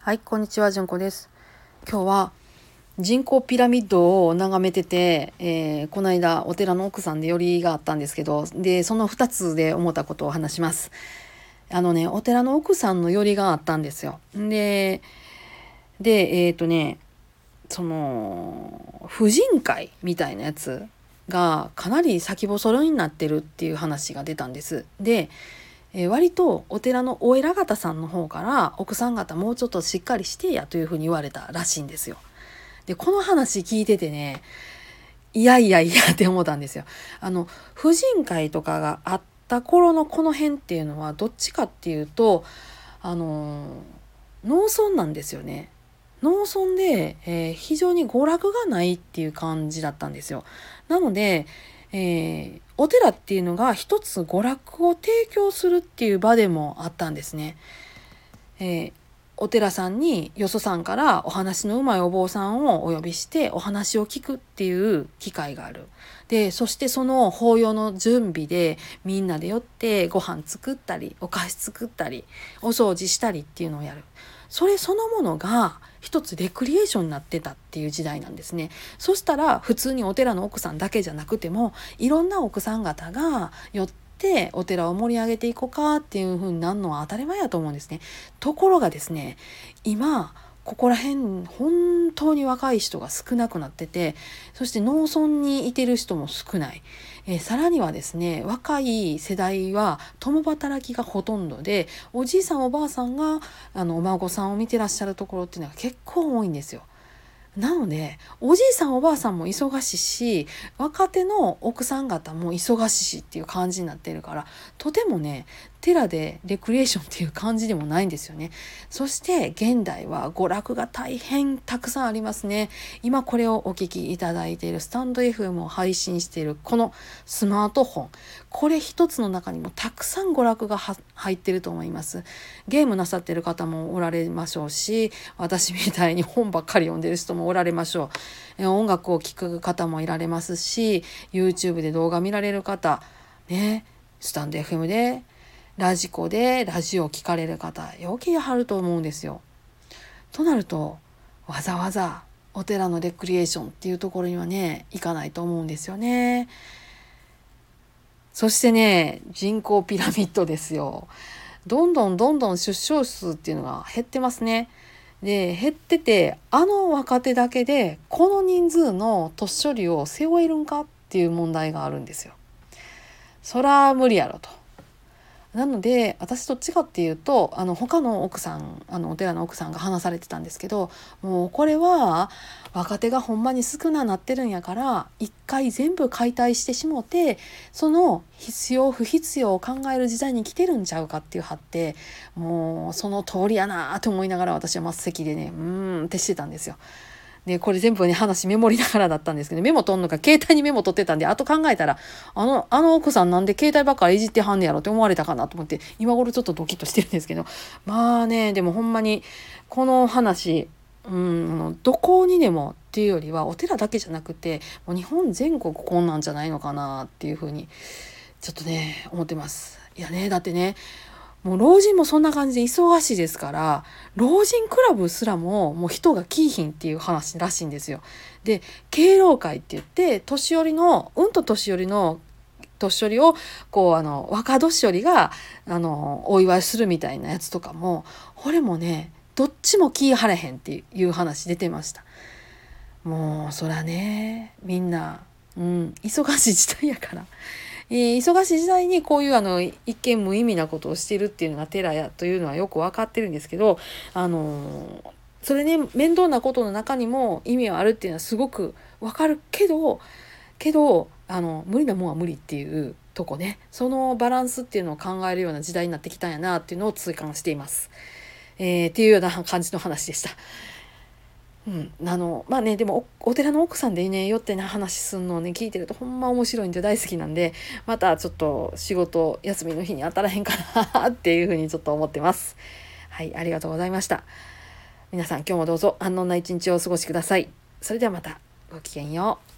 はい、こんにちは、じゅんこです。今日は人口ピラミッドを眺めてて、この間お寺の奥さんで寄りがあったんですけど、でその2つで思ったことを話します。お寺の奥さんの寄りがあったんですよ。でその婦人会みたいなやつがかなり先細りになってるっていう話が出たんです。で割とお寺のお偉方さんの方から奥さん方もうちょっとしっかりしてやというふうに言われたらしいんですよ。でこの話聞いててね、いやいやいやって思ったんですよ。婦人会とかがあった頃のこの辺っていうのはどっちかっていうと農村なんですよね。農村で、非常に娯楽がないっていう感じだったんですよ。なので、お寺っていうのが一つ娯楽を提供するっていう場でもあったんですね。お寺さんによそさんからお話のうまいお坊さんをお呼びしてお話を聞くっていう機会がある。でそしてその法要の準備でみんなで寄ってご飯作ったりお菓子作ったりお掃除したりっていうのをやる。それそのものが一つレクリエーションになってたっていう時代なんですね。そしたら普通にお寺の奥さんだけじゃなくてもいろんな奥さん方が寄ってお寺を盛り上げていこうかっていう風になるのは当たり前やと思うんですね。ところがですね、今ここら辺本当に若い人が少なくなってて、そして農村にいてる人も少ない。さらにはですね、若い世代は共働きがほとんどで、おじいさんおばあさんがお孫さんを見てらっしゃるところっていうのが結構多いんですよ。なのでおじいさんおばあさんも忙しいし、若手の奥さん方も忙しいしっていう感じになってるから、とてもね寺でレクリエーションっていう感じでもないんですよね。そして現代は娯楽が大変たくさんありますね。今これをお聞きいただいているスタンド FM を配信しているこのスマートフォン、これ一つの中にもたくさん娯楽が入ってると思います。ゲームなさってる方もおられましょうし、私みたいに本ばっかり読んでる人もおられましょう。音楽を聴く方もいられますし、 YouTube で動画見られる方ね、スタンド FM でラジコでラジオを聞かれる方よきやはると思うんですよ。となるとわざわざお寺のレクリエーションっていうところにはね行かないと思うんですよね。そしてね、人口ピラミッドですよ。どんどん出生数っていうのが減ってますね。で減ってて、若手だけでこの人数の年寄りを背負えるんかっていう問題があるんですよ。そら無理やろと。なので私どっちかっていうと他の奥さんお寺の奥さんが話されてたんですけど、もうこれは若手がほんまに少ななってるんやから一回全部解体してしもて、その必要不必要を考える時代に来てるんちゃうかっていう発って、もうその通りやなと思いながら私は末席でねってしてたんですよ。でこれ全部ね話メモりながらだったんですけど、メモ取んのか携帯にメモ取ってたんで、あと考えたらあの奥さんなんで携帯ばっかりいじってはんねやろって思われたかなと思って今頃ちょっとドキッとしてるんですけど、まあねでもほんまにこの話どこにでもっていうよりはお寺だけじゃなくてもう日本全国こんなんじゃないのかなっていうふうにちょっとね思ってます。いやねだってね、もう老人もそんな感じで忙しいですから、老人クラブすらもう人が来いひんっていう話らしいんですよ。で敬老会って言って年寄りの年寄りの年寄りをこう若年寄りがお祝いするみたいなやつとかも、これもねどっちも気張れへんっていう話出てました。もうそらねみんな、忙しい時代やから、忙しい時代にこういう一見無意味なことをしているっていうのが寺やというのはよく分かってるんですけど、それね面倒なことの中にも意味はあるっていうのはすごく分かるけど無理なもんは無理っていうとこね、そのバランスっていうのを考えるような時代になってきたんやなっていうのを痛感しています。っていうような感じの話でした。まあねでもお寺の奥さんでねよってね話すんのをね聞いてるとほんま面白いんで大好きなんで、またちょっと仕事休みの日に当たらへんかなっていうふうにちょっと思ってます。はい、ありがとうございました。皆さん今日もどうぞ安穏な一日をお過ごしください。それではまたごきげんよう。